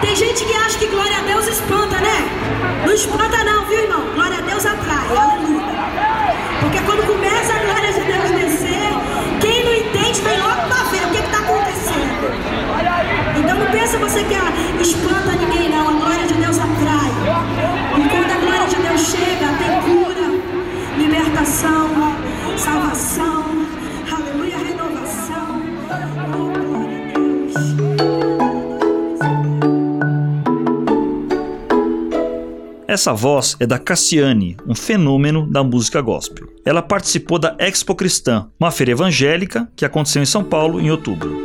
Tem gente que acha que glória a Deus espanta, né? Não espanta não, viu, irmão? Glória a Deus atrai, aleluia. Porque quando começa a glória de Deus descer, quem não entende vem logo pra ver o que está acontecendo. Então não pensa você que espanta ninguém não, a glória de Deus atrai. E quando a glória de Deus chega, tem cura, libertação, salvação, aleluia, renovação. Oh, glória a Deus. Essa voz é da Cassiane, um fenômeno da música gospel. Ela participou da Expo Cristã, uma feira evangélica que aconteceu em São Paulo em outubro.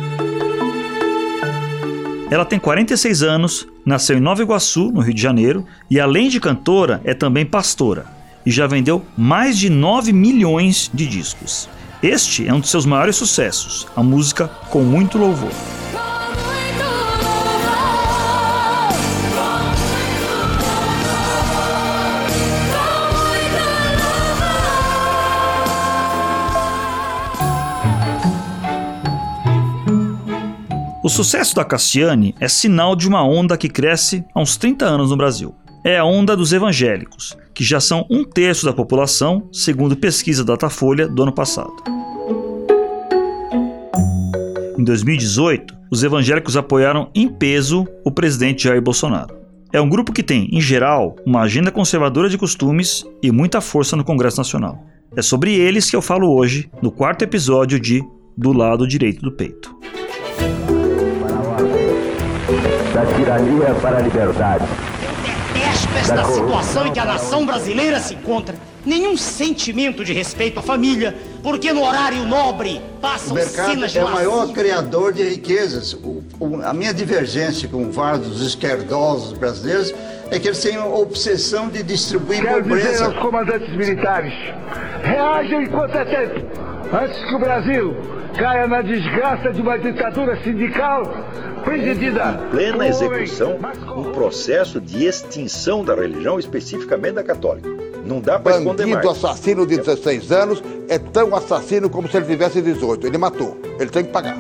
Ela tem 46 anos, nasceu em Nova Iguaçu, no Rio de Janeiro, e além de cantora, é também pastora, e já vendeu mais de 9 milhões de discos. Este é um dos seus maiores sucessos, a música Com Muito Louvor. O sucesso da Cassiane é sinal de uma onda que cresce há uns 30 anos no Brasil. É a onda dos evangélicos, que já são 1/3 da população, segundo pesquisa Datafolha do ano passado. Em 2018, os evangélicos apoiaram em peso o presidente Jair Bolsonaro. É um grupo que tem, em geral, uma agenda conservadora de costumes e muita força no Congresso Nacional. É sobre eles que eu falo hoje, no 4º episódio de Do Lado Direito do Peito. Da tirania para a liberdade. Eu detesto esta situação em que a nação brasileira se encontra. Nenhum sentimento de respeito à família, porque no horário nobre passam cenas de O mercado é o maior criador de riquezas. A minha divergência com vários dos esquerdosos brasileiros é que eles têm a obsessão de distribuir pobreza. Quero dizer aos comandantes militares, reajam enquanto é tempo, antes que o Brasil caia na desgraça de uma ditadura sindical presidida em plena execução, um processo de extinção da religião, especificamente da católica. Não dá para esconder mais. Bandido assassino de 16 anos é tão assassino como se ele tivesse 18. Ele matou. Ele tem que pagar.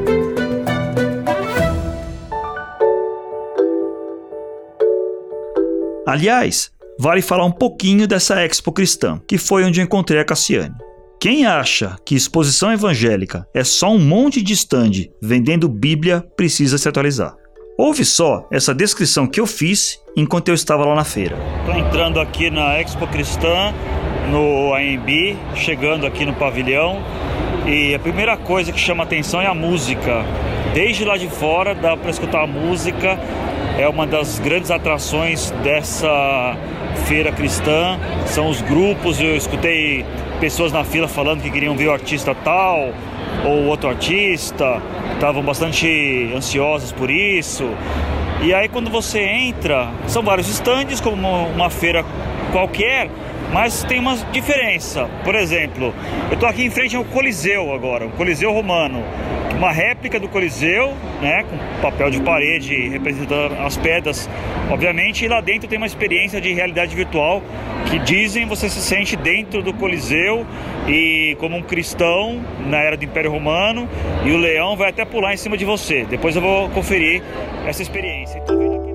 Aliás, vale falar um pouquinho dessa Expo Cristã, que foi onde eu encontrei a Cassiane. Quem acha que exposição evangélica é só um monte de stand vendendo Bíblia precisa se atualizar. Ouve só essa descrição que eu fiz enquanto eu estava lá na feira. Estou entrando aqui na Expo Cristã, no AMB, chegando aqui no pavilhão, e a primeira coisa que chama atenção é a música. Desde lá de fora dá para escutar a música, é uma das grandes atrações dessa feira cristã, são os grupos. Eu escutei pessoas na fila falando que queriam ver o artista tal ou outro artista, estavam bastante ansiosos por isso. E aí quando você entra, são vários estandes como uma feira qualquer, mas tem uma diferença. Por exemplo, eu estou aqui em frente ao Coliseu agora, o Coliseu Romano, uma réplica do Coliseu, né, com papel de parede representando as pedras, obviamente, e lá dentro tem uma experiência de realidade virtual que dizem você se sente dentro do Coliseu e como um cristão na era do Império Romano, e o leão vai até pular em cima de você. Depois eu vou conferir essa experiência.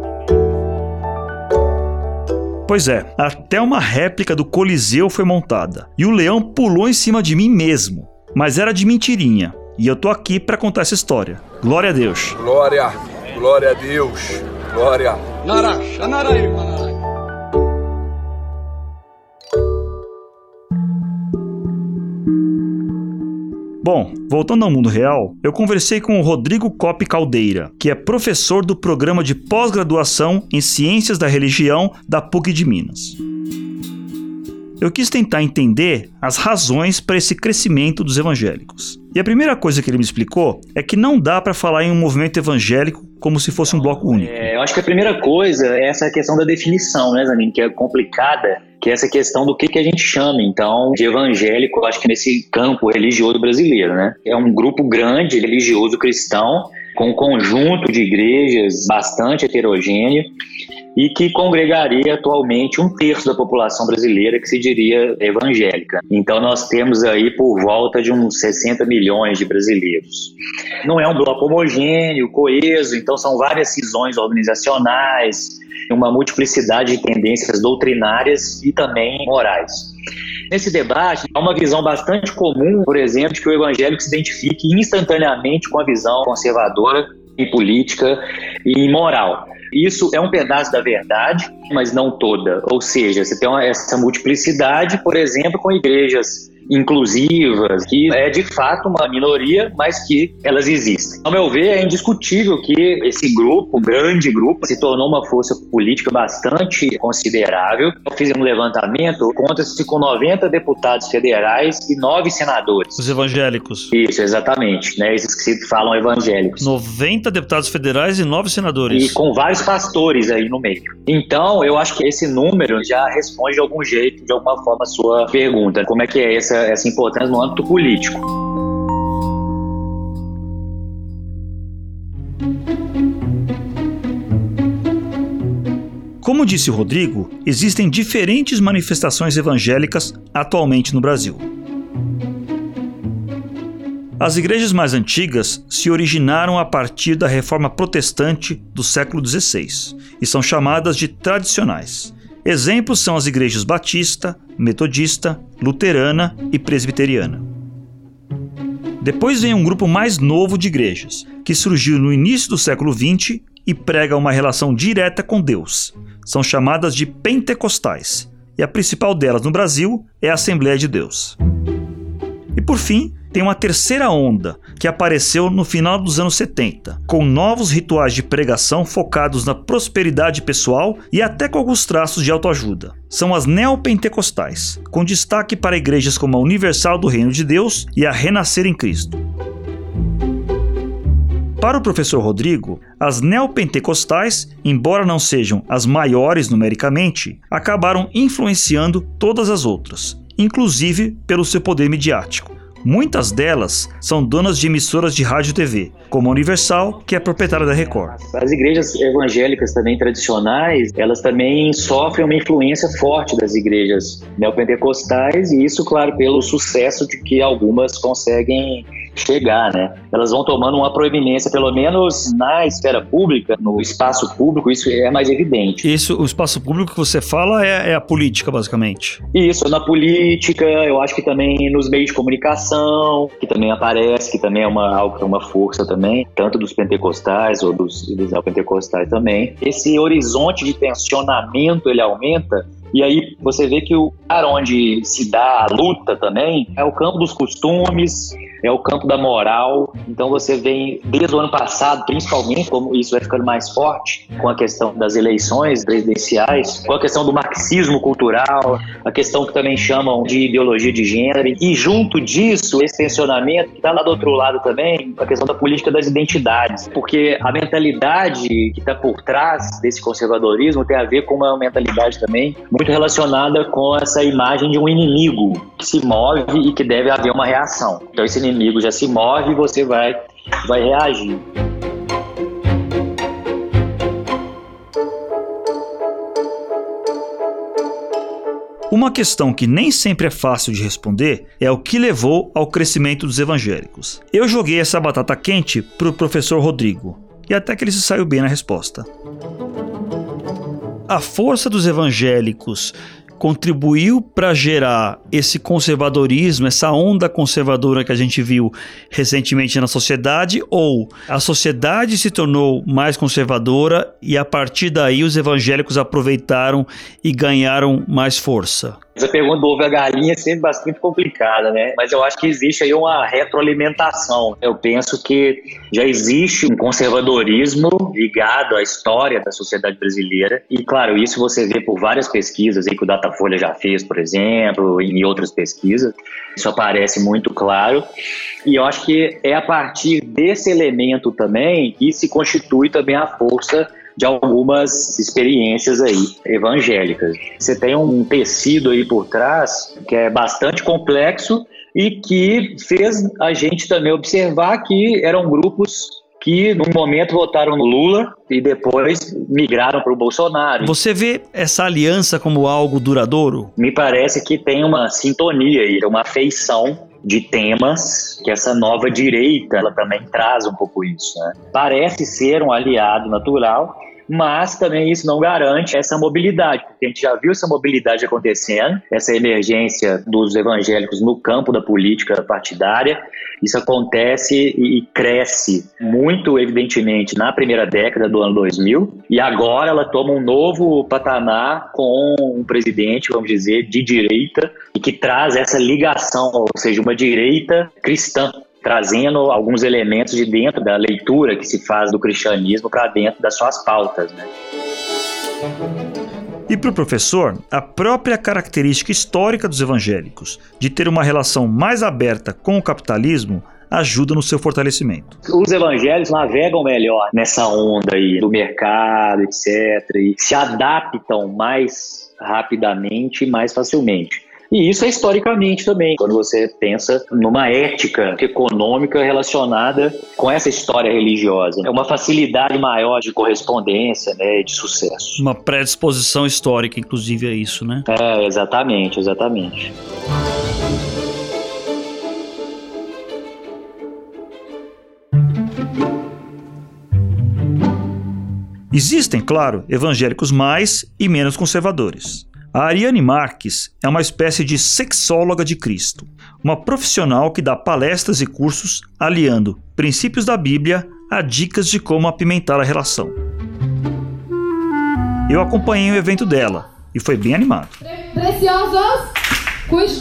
Pois é, até uma réplica do Coliseu foi montada e o leão pulou em cima de mim mesmo, mas era de mentirinha. E eu tô aqui para contar essa história. Glória a Deus. Glória a Deus. Glória. Bom, voltando ao mundo real, eu conversei com o Rodrigo Coppe Caldeira, que é professor do programa de pós-graduação em Ciências da Religião da PUC de Minas. Eu quis tentar entender as razões para esse crescimento dos evangélicos. E a primeira coisa que ele me explicou é que não dá para falar em um movimento evangélico como se fosse um bloco único. Eu acho que a primeira coisa é essa questão da definição, né, Zanin, que é complicada, que é essa questão do que a gente chama, então, de evangélico, acho que nesse campo religioso brasileiro, né? É um grupo grande religioso cristão, com um conjunto de igrejas bastante heterogêneo, e que congregaria atualmente 1/3 da população brasileira que se diria evangélica. Então nós temos aí por volta de uns 60 milhões de brasileiros. Não é um bloco homogêneo, coeso, então são várias cisões organizacionais, uma multiplicidade de tendências doutrinárias e também morais. Nesse debate, há uma visão bastante comum, por exemplo, de que o evangélico se identifique instantaneamente com a visão conservadora e política e moral. Isso é um pedaço da verdade, mas não toda. Ou seja, você tem essa multiplicidade, por exemplo, com igrejas inclusivas, que é de fato uma minoria, mas que elas existem. Ao meu ver, é indiscutível que esse grupo, um grande grupo, se tornou uma força política bastante considerável. Eu fiz um levantamento, conta-se com 90 deputados federais e 9 senadores. Os evangélicos. Isso, exatamente, né? Esses que se falam evangélicos. 90 deputados federais e 9 senadores. E com vários pastores aí no meio. Então, eu acho que esse número já responde de algum jeito, de alguma forma, a sua pergunta. Como é que é essa importância no âmbito político? Como disse o Rodrigo, existem diferentes manifestações evangélicas atualmente no Brasil. As igrejas mais antigas se originaram a partir da Reforma Protestante do século XVI e são chamadas de tradicionais. Exemplos são as igrejas batista, metodista, luterana e presbiteriana. Depois vem um grupo mais novo de igrejas, que surgiu no início do século XX e prega uma relação direta com Deus. São chamadas de pentecostais, e a principal delas no Brasil é a Assembleia de Deus. E por fim, tem uma terceira onda, que apareceu no final dos anos 70, com novos rituais de pregação focados na prosperidade pessoal e até com alguns traços de autoajuda. São as neopentecostais, com destaque para igrejas como a Universal do Reino de Deus e a Renascer em Cristo. Para o professor Rodrigo, as neopentecostais, embora não sejam as maiores numericamente, acabaram influenciando todas as outras, inclusive pelo seu poder midiático. Muitas delas são donas de emissoras de rádio e TV, como a Universal, que é proprietária da Record. As igrejas evangélicas também tradicionais, elas também sofrem uma influência forte das igrejas neopentecostais, e isso, claro, pelo sucesso de que algumas conseguem chegar, né? Elas vão tomando uma proeminência, pelo menos na esfera pública, no espaço público, isso é mais evidente. Isso, o espaço público que você fala é a política, basicamente. Isso, na política, eu acho que também nos meios de comunicação, que também aparece, que também é uma força também, tanto dos pentecostais ou dos neopentecostais também. Esse horizonte de tensionamento, ele aumenta. E aí você vê que o lugar onde se dá a luta também é o campo dos costumes, é o campo da moral. Então você vê desde o ano passado, principalmente, como isso vai ficando mais forte com a questão das eleições presidenciais, com a questão do marxismo cultural, a questão que também chamam de ideologia de gênero, e junto disso, esse tensionamento que está lá do outro lado também, a questão da política das identidades, porque a mentalidade que está por trás desse conservadorismo tem a ver com uma mentalidade também muito relacionada com essa imagem de um inimigo que se move e que deve haver uma reação. Então esse inimigo já se move e você vai reagir. Uma questão que nem sempre é fácil de responder é o que levou ao crescimento dos evangélicos. Eu joguei essa batata quente para o professor Rodrigo, e até que ele se saiu bem na resposta. A força dos evangélicos contribuiu para gerar esse conservadorismo, essa onda conservadora que a gente viu recentemente na sociedade, ou a sociedade se tornou mais conservadora e a partir daí os evangélicos aproveitaram e ganharam mais força? Essa pergunta do ovo e a galinha é sempre bastante complicada, né? Mas eu acho que existe aí uma retroalimentação. Eu penso que já existe um conservadorismo ligado à história da sociedade brasileira. E, claro, isso você vê por várias pesquisas aí que o Datafolha já fez, por exemplo, e em outras pesquisas. Isso aparece muito claro. E eu acho que é a partir desse elemento também que se constitui também a força de algumas experiências aí evangélicas. Você tem um tecido aí por trás que é bastante complexo e que fez a gente também observar que eram grupos que num momento votaram no Lula e depois migraram para o Bolsonaro. Você vê essa aliança como algo duradouro? Me parece que tem uma sintonia aí, uma afeição de temas que essa nova direita ela também traz um pouco isso, né? Parece ser um aliado natural, mas também isso não garante essa mobilidade, porque a gente já viu essa mobilidade acontecendo, essa emergência dos evangélicos no campo da política partidária. Isso acontece e cresce muito evidentemente na primeira década do ano 2000 e agora ela toma um novo patamar com um presidente, vamos dizer, de direita e que traz essa ligação, ou seja, uma direita cristã, trazendo alguns elementos de dentro da leitura que se faz do cristianismo para dentro das suas pautas, né? E para o professor, a própria característica histórica dos evangélicos de ter uma relação mais aberta com o capitalismo ajuda no seu fortalecimento. Os evangélicos navegam melhor nessa onda aí do mercado, etc. E se adaptam mais rapidamente e mais facilmente. E isso é historicamente também, quando você pensa numa ética econômica relacionada com essa história religiosa. É uma facilidade maior de correspondência, né, de sucesso. Uma predisposição histórica, inclusive, a isso, né? É, exatamente, exatamente. Existem, claro, evangélicos mais e menos conservadores. A Ariane Marques é uma espécie de sexóloga de Cristo, uma profissional que dá palestras e cursos aliando princípios da Bíblia a dicas de como apimentar a relação. Eu acompanhei o evento dela e foi bem animado. Preciosos, cuide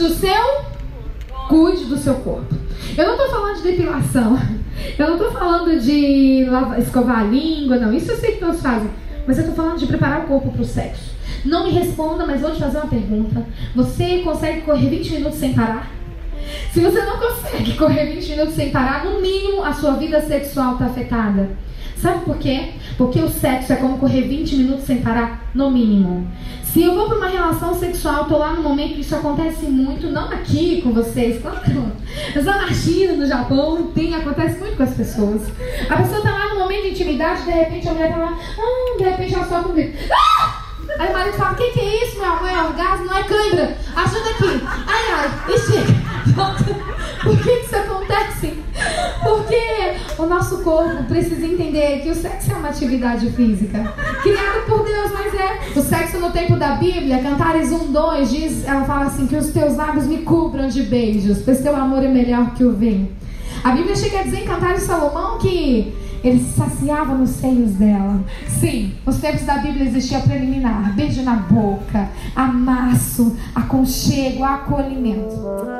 do seu corpo. Eu não estou falando de depilação, eu não estou falando de escovar a língua, não, isso eu sei que todos fazem, mas eu estou falando de preparar o corpo para o sexo. Não me responda, mas vou te fazer uma pergunta. Você consegue correr 20 minutos sem parar? Se você não consegue correr 20 minutos sem parar, no mínimo a sua vida sexual está afetada. Sabe por quê? Porque o sexo é como correr 20 minutos sem parar, no mínimo. Se eu vou para uma relação sexual, estou lá no momento que isso acontece muito, não aqui com vocês, claro que não. Mas lá na China, no Japão, acontece muito com as pessoas. A pessoa está lá no momento de intimidade, de repente a mulher está lá, de repente ela solta um grito. Aí o marido fala, o que é isso, meu amor? É orgasmo? Não é cãibra? Ajuda aqui. Ai, e chega. Por que isso acontece? Porque o nosso corpo precisa entender que o sexo é uma atividade física criada por Deus, mas o sexo no tempo da Bíblia, Cantares 1:2 diz, ela fala assim, que os teus lábios me cubram de beijos, pois teu amor é melhor que o vinho. A Bíblia chega a dizer em Cantares de Salomão que ele se saciava nos seios dela. Sim, nos tempos da Bíblia existia preliminar, beijo na boca, amasso, aconchego, acolhimento.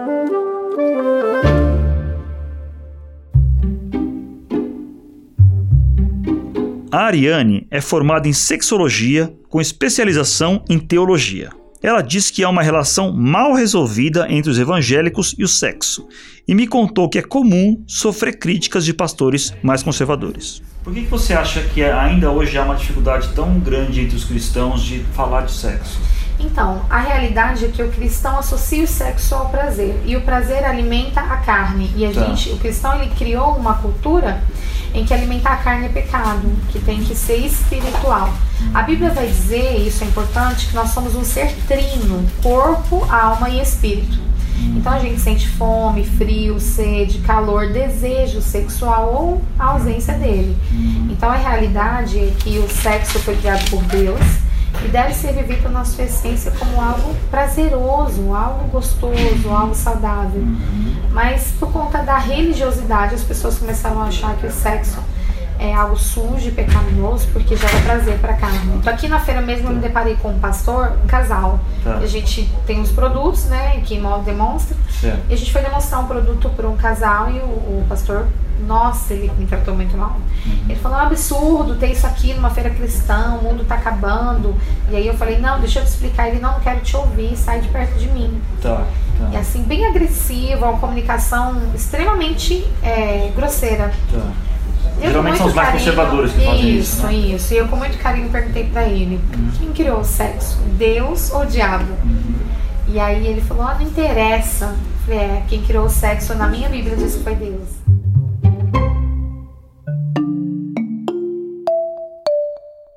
A Ariane é formada em sexologia com especialização em teologia. Ela diz que há uma relação mal resolvida entre os evangélicos e o sexo e me contou que é comum sofrer críticas de pastores mais conservadores. Por que você acha que ainda hoje há uma dificuldade tão grande entre os cristãos de falar de sexo? Então, a realidade é que o cristão associa o sexo ao prazer e o prazer alimenta a carne e o cristão ele criou uma cultura em que alimentar a carne é pecado, que tem que ser espiritual. A Bíblia vai dizer, e isso é importante, que nós somos um ser trino, corpo, alma e espírito. Então a gente sente fome, frio, sede, calor, desejo sexual ou a ausência dele. Então a realidade é que o sexo foi criado por Deus e deve ser vivido na sua essência como algo prazeroso, algo gostoso, algo saudável. Mas por conta da religiosidade as pessoas começaram a achar que o sexo é algo sujo e pecaminoso porque gera prazer para a carne. Então aqui na feira mesmo eu me deparei com um pastor, um casal. A gente tem uns produtos, né, que demonstra. E a gente foi demonstrar um produto para um casal e o pastor, nossa, ele me tratou muito mal. Ele falou, é um absurdo ter isso aqui numa feira cristã, o mundo tá acabando. E aí eu falei, não, deixa eu te explicar. Ele, não quero te ouvir, sai de perto de mim. E assim, bem agressiva, uma comunicação extremamente grosseira. Geralmente são os mais conservadores que fazem isso, né? Isso. E eu com muito carinho perguntei pra ele, quem criou o sexo? Deus ou o diabo? E aí ele falou, não interessa. Eu falei, quem criou o sexo na minha Bíblia diz que foi Deus.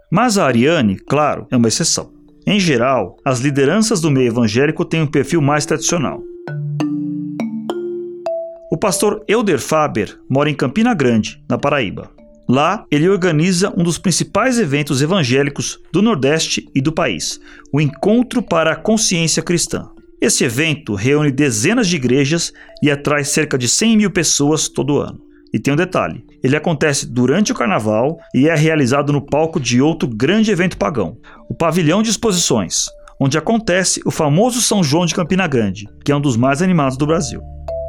Mas a Ariane, claro, é uma exceção. Em geral, as lideranças do meio evangélico têm um perfil mais tradicional. O pastor Elder Faber mora em Campina Grande, na Paraíba. Lá, ele organiza um dos principais eventos evangélicos do Nordeste e do país, o Encontro para a Consciência Cristã. Esse evento reúne dezenas de igrejas e atrai cerca de 100 mil pessoas todo ano. E tem um detalhe, ele acontece durante o carnaval e é realizado no palco de outro grande evento pagão, o Pavilhão de Exposições, onde acontece o famoso São João de Campina Grande, que é um dos mais animados do Brasil.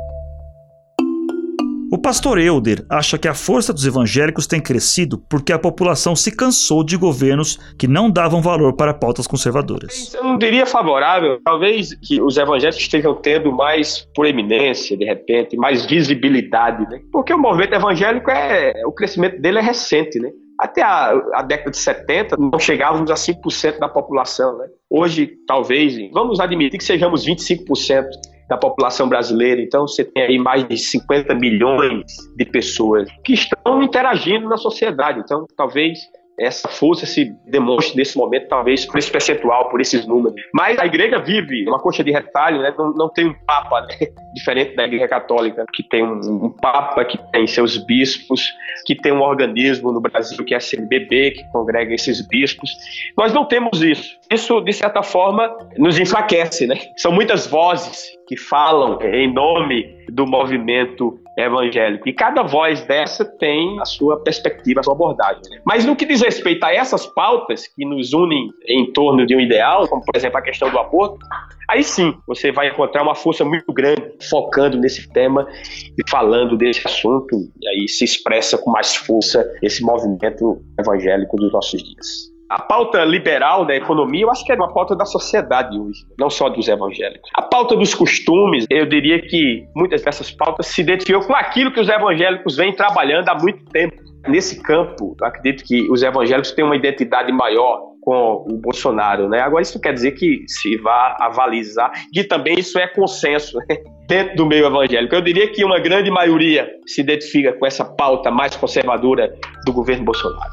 O pastor Elder acha que a força dos evangélicos tem crescido porque a população se cansou de governos que não davam valor para pautas conservadoras. Eu não diria favorável, talvez que os evangélicos estejam tendo mais proeminência, de repente, mais visibilidade, né? Porque o movimento evangélico, o crescimento dele é recente, né? Até a década de 70, não chegávamos a 5% da população, né? Hoje, talvez, vamos admitir que sejamos 25% da população brasileira. Então, você tem aí mais de 50 milhões de pessoas que estão interagindo na sociedade. Então, talvez essa força se demonstre nesse momento, talvez por esse percentual, por esses números. Mas a igreja vive uma coxa de retalho, né? Não tem um papa, né? Diferente da igreja católica, que tem um papa, que tem seus bispos, que tem um organismo no Brasil que é a CNBB, que congrega esses bispos. Nós não temos isso. Isso, de certa forma, nos enfraquece, né? São muitas vozes que falam em nome do movimento evangélico. E cada voz dessa tem a sua perspectiva, a sua abordagem. Mas no que diz respeito a essas pautas que nos unem em torno de um ideal, como, por exemplo, a questão do aborto, aí sim, você vai encontrar uma força muito grande focando nesse tema e falando desse assunto, e aí se expressa com mais força esse movimento evangélico dos nossos dias. A pauta liberal da economia, eu acho que é uma pauta da sociedade hoje, não só dos evangélicos. A pauta dos costumes, eu diria que muitas dessas pautas se identificam com aquilo que os evangélicos vêm trabalhando há muito tempo. Nesse campo, eu acredito que os evangélicos têm uma identidade maior com o Bolsonaro, né? Agora, isso quer dizer que se vá avalizar, que também isso é consenso, né? Dentro do meio evangélico. Eu diria que uma grande maioria se identifica com essa pauta mais conservadora do governo Bolsonaro.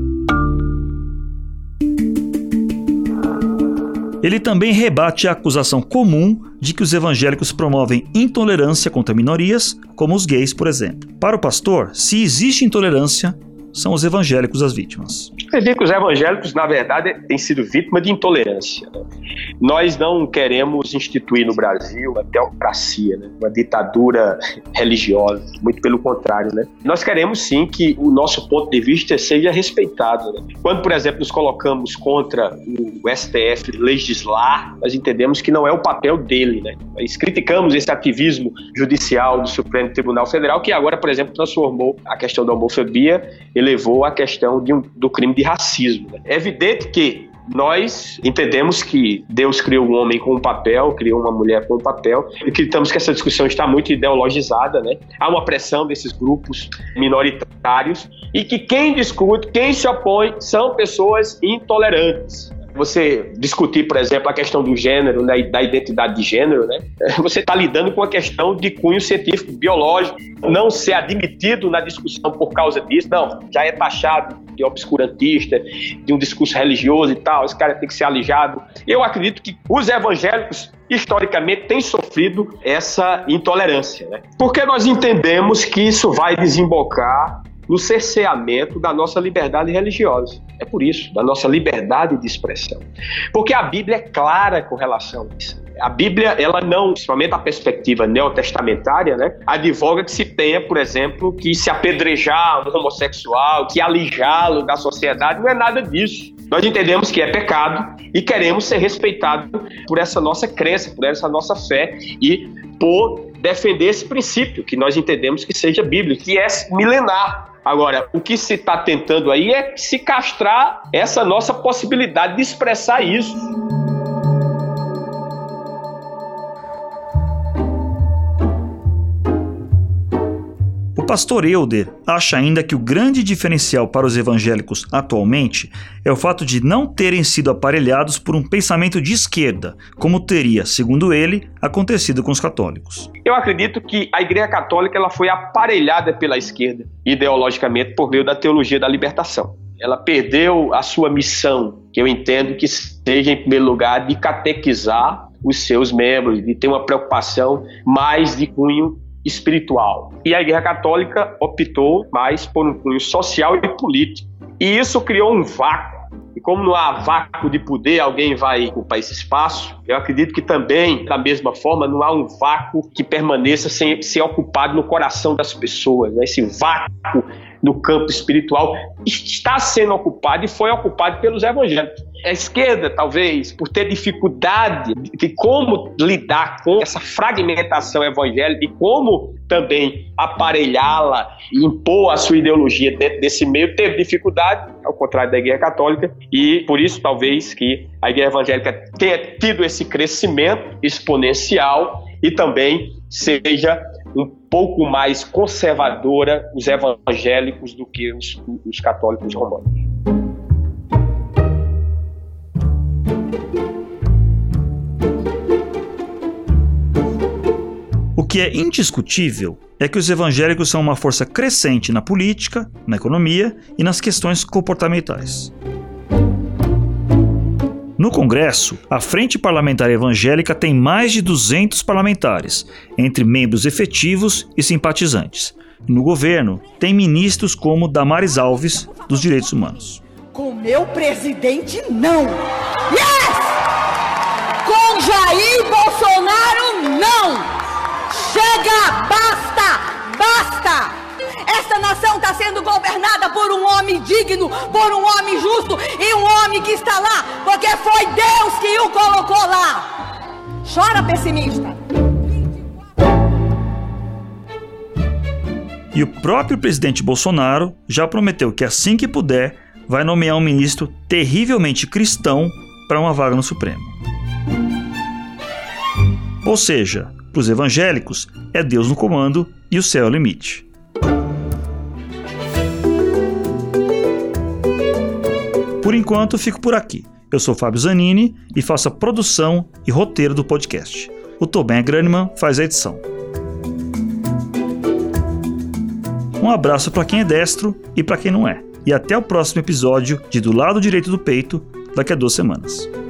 Ele também rebate a acusação comum de que os evangélicos promovem intolerância contra minorias, como os gays, por exemplo. Para o pastor, se existe intolerância, são os evangélicos as vítimas. Eu digo que os evangélicos, na verdade, têm sido vítimas de intolerância, né? Nós não queremos instituir no Brasil uma teocracia, né? Uma ditadura religiosa, muito pelo contrário, né? Nós queremos sim que o nosso ponto de vista seja respeitado, né? Quando, por exemplo, nos colocamos contra o STF legislar, nós entendemos que não é o papel dele, né? Nós criticamos esse ativismo judicial do Supremo Tribunal Federal, que agora, por exemplo, transformou a questão da homofobia, elevou a questão do crime de racismo. É evidente que nós entendemos que Deus criou um homem com um papel, criou uma mulher com um papel, e acreditamos que essa discussão está muito ideologizada, né? Há uma pressão desses grupos minoritários e que quem discute, quem se opõe, são pessoas intolerantes. Você discutir, por exemplo, a questão do gênero, né, da identidade de gênero, né? Você está lidando com a questão de cunho científico, biológico. Não ser admitido na discussão por causa disso, não, já é taxado de obscurantista, de um discurso religioso e tal, esse cara tem que ser alijado. Eu acredito que os evangélicos, historicamente, têm sofrido essa intolerância, né? Porque nós entendemos que isso vai desembocar no cerceamento da nossa liberdade religiosa. É por isso, da nossa liberdade de expressão. Porque a Bíblia é clara com relação a isso. A Bíblia, ela não, principalmente a perspectiva neotestamentária, né, advoga que se tenha, por exemplo, que se apedrejar um homossexual, que alijá-lo da sociedade, não é nada disso. Nós entendemos que é pecado e queremos ser respeitados por essa nossa crença, por essa nossa fé e por defender esse princípio que nós entendemos que seja bíblico, que é milenar. Agora, o que se está tentando aí é se castrar essa nossa possibilidade de expressar isso. O pastor Elder acha ainda que o grande diferencial para os evangélicos atualmente é o fato de não terem sido aparelhados por um pensamento de esquerda, como teria, segundo ele, acontecido com os católicos. Eu acredito que a Igreja Católica ela foi aparelhada pela esquerda, ideologicamente, por meio da teologia da libertação. ela perdeu a sua missão, que eu entendo que seja, em primeiro lugar, de catequizar os seus membros, de ter uma preocupação mais de cunho espiritual. E a Igreja Católica optou mais por um cunho social e político. E isso criou um vácuo. E como não há vácuo de poder, alguém vai ocupar esse espaço. Eu acredito que também, da mesma forma, não há um vácuo que permaneça sem ser ocupado no coração das pessoas. Né? Esse vácuo no campo espiritual está sendo ocupado e foi ocupado pelos evangélicos. A esquerda, talvez, por ter dificuldade de como lidar com essa fragmentação evangélica e como também aparelhá-la e impor a sua ideologia dentro desse meio, teve dificuldade, ao contrário da Igreja Católica, e por isso, talvez, que a Igreja Evangélica tenha tido esse crescimento exponencial e também seja um pouco mais conservadora os evangélicos do que os católicos romanos. O que é indiscutível é que os evangélicos são uma força crescente na política, na economia e nas questões comportamentais. No Congresso, a Frente Parlamentar Evangélica tem mais de 200 parlamentares, entre membros efetivos e simpatizantes. No governo, tem ministros como Damares Alves, dos Direitos Humanos. Com meu presidente, não! Yes! Com Jair Bolsonaro, não! Chega! Basta! Basta! Esta nação está sendo governada por um homem digno, por um homem justo e um homem que está lá, porque foi Deus que o colocou lá. Chora, pessimista. E o próprio presidente Bolsonaro já prometeu que assim que puder, vai nomear um ministro terrivelmente cristão para uma vaga no Supremo. Ou seja, para os evangélicos, é Deus no comando e o céu é o limite. Por enquanto, fico por aqui. Eu sou Fábio Zanini e faço a produção e roteiro do podcast. O Tobin Graneman faz a edição. Um abraço para quem é destro e para quem não é. E até o próximo episódio de Do Lado Direito do Peito, daqui a 2 semanas.